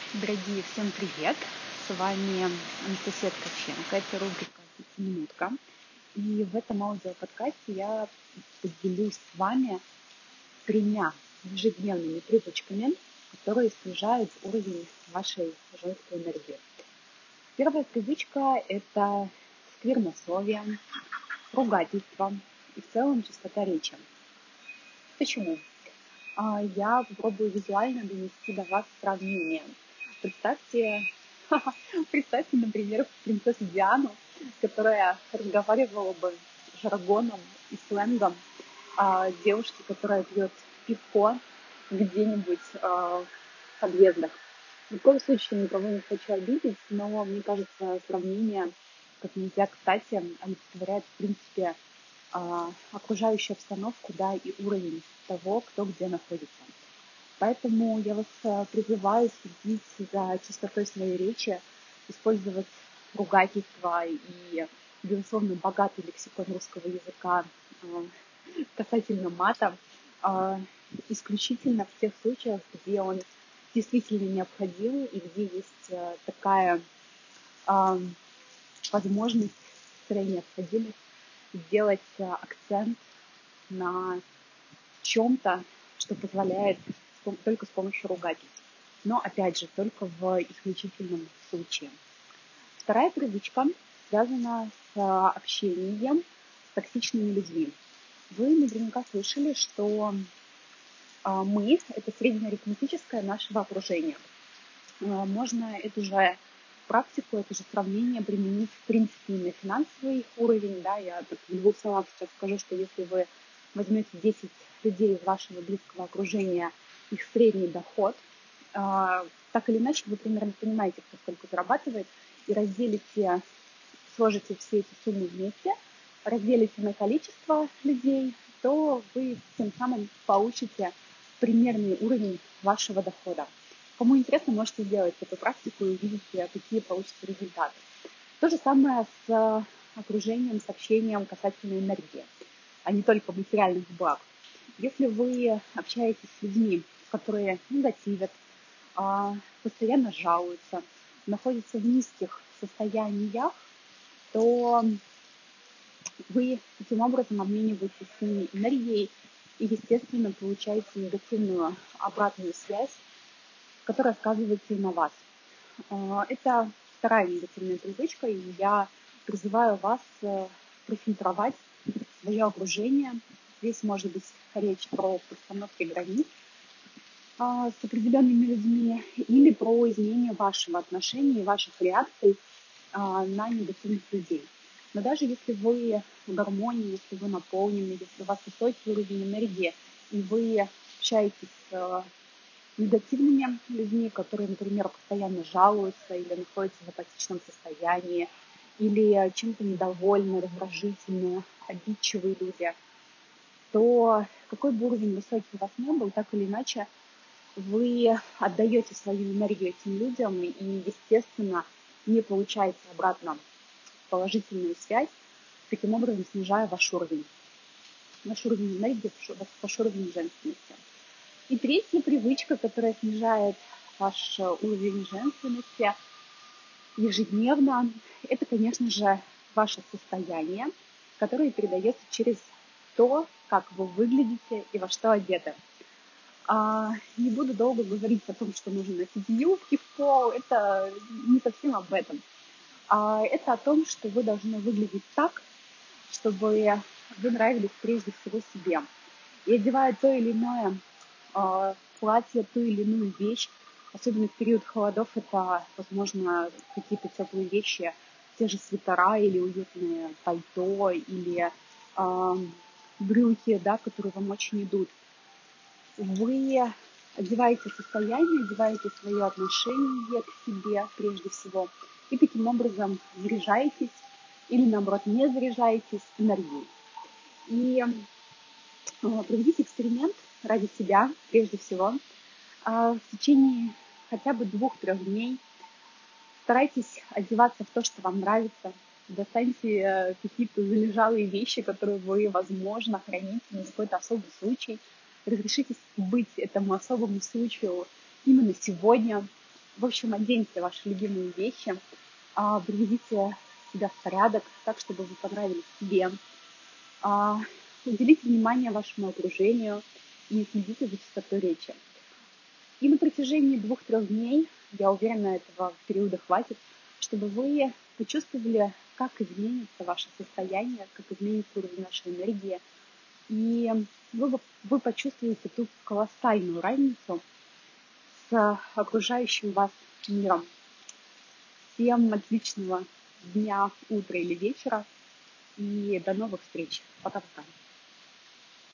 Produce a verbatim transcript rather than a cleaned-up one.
Дорогие, всем привет! С вами Анастасия Ткаченко, это рубрика «Пятиминутка». И в этом аудиоподкасте я поделюсь с вами тремя ежедневными привычками, которые снижают уровень вашей женской энергии. Первая привычка – это сквернословие, ругательство и в целом чистота речи. Почему? Я попробую визуально донести до вас сравнение. Представьте, представьте, например, принцессу Диану, которая разговаривала бы жаргоном и сленгом а, девушки, которая пьет пивко где-нибудь а, в подъездах. Ни в коем случае никого не хочу обидеть, но мне кажется, сравнение, как нельзя кстати, олицетворяет, в принципе, а, окружающую обстановку, да, и уровень того, кто где находится. Поэтому я вас призываю следить за чистотой своей речи, использовать ругательства и, безусловно, богатый лексикон русского языка касательно мата, исключительно в тех случаях, где он действительно необходим и где есть такая возможность, скорее необходимость сделать акцент на чем-то, что позволяет только с помощью ругательств. Но, опять же, только в исключительном случае. Вторая привычка связана с общением с токсичными людьми. Вы наверняка слышали, что мы – это среднеарифметическое нашего окружения. Можно эту же практику, это же сравнение применить, в принципе, на финансовый уровень. Да, я так в двух словах сейчас скажу, что если вы возьмете десять людей из вашего близкого окружения, их средний доход, так или иначе вы примерно понимаете, кто сколько зарабатывает, и разделите, сложите все эти суммы вместе, разделите на количество людей, то вы тем самым получите примерный уровень вашего дохода. Кому интересно, можете сделать эту практику и увидите, какие получатся результаты. То же самое с окружением, с общением касательно энергии, а не только материальных благ. Если вы общаетесь с людьми, которые негативят, постоянно жалуются, находятся в низких состояниях, то вы таким образом обмениваетесь с ними энергией и, естественно, получаете негативную обратную связь, которая сказывается и на вас. Это вторая негативная привычка, и я призываю вас профильтровать свое окружение. Здесь может быть речь про постановки границ с определенными людьми или про изменение вашего отношения и ваших реакций на негативных людей. Но даже если вы в гармонии, если вы наполнены, если у вас высокий уровень энергии, и вы общаетесь с негативными людьми, которые, например, постоянно жалуются или находятся в апатичном состоянии, или чем-то недовольны, раздражительные, обидчивые люди, то какой бы уровень высокий у вас ни был, так или иначе, вы отдаете свою энергию этим людям и, естественно, не получаете обратно положительную связь, таким образом снижая ваш уровень, ваш уровень энергии, ваш уровень женственности. И третья привычка, которая снижает ваш уровень женственности ежедневно, это, конечно же, ваше состояние, которое передается через то, как вы выглядите и во что одеты. А, не буду долго говорить о том, что нужно носить юбки в пол, это не совсем об этом. А, это о том, что вы должны выглядеть так, чтобы вы нравились прежде всего себе. И одевая то или иное а, платье, ту или иную вещь, особенно в период холодов, это, возможно, какие-то теплые вещи, те же свитера или уютные пальто, или а, брюки, да, которые вам очень идут. Вы одеваете состояние, одеваете свое отношение к себе прежде всего, и таким образом заряжаетесь или, наоборот, не заряжаетесь энергией. И проведите эксперимент ради себя, прежде всего, в течение хотя бы двух-трех дней. Старайтесь одеваться в то, что вам нравится. Достаньте какие-то залежалые вещи, которые вы, возможно, храните на какой-то особый случай. Разрешите быть этому особому случаю именно сегодня. В общем, оденьте ваши любимые вещи, а, приведите себя в порядок так, чтобы вы понравились себе. А, уделите внимание вашему окружению и следите за чистотой речи. И на протяжении двух-трех дней, я уверена, этого периода хватит, чтобы вы почувствовали, как изменится ваше состояние, как изменится уровень вашей энергии. И вы, вы почувствуете ту колоссальную разницу с окружающим вас миром. Всем отличного дня, утра или вечера. И до новых встреч. Пока-пока.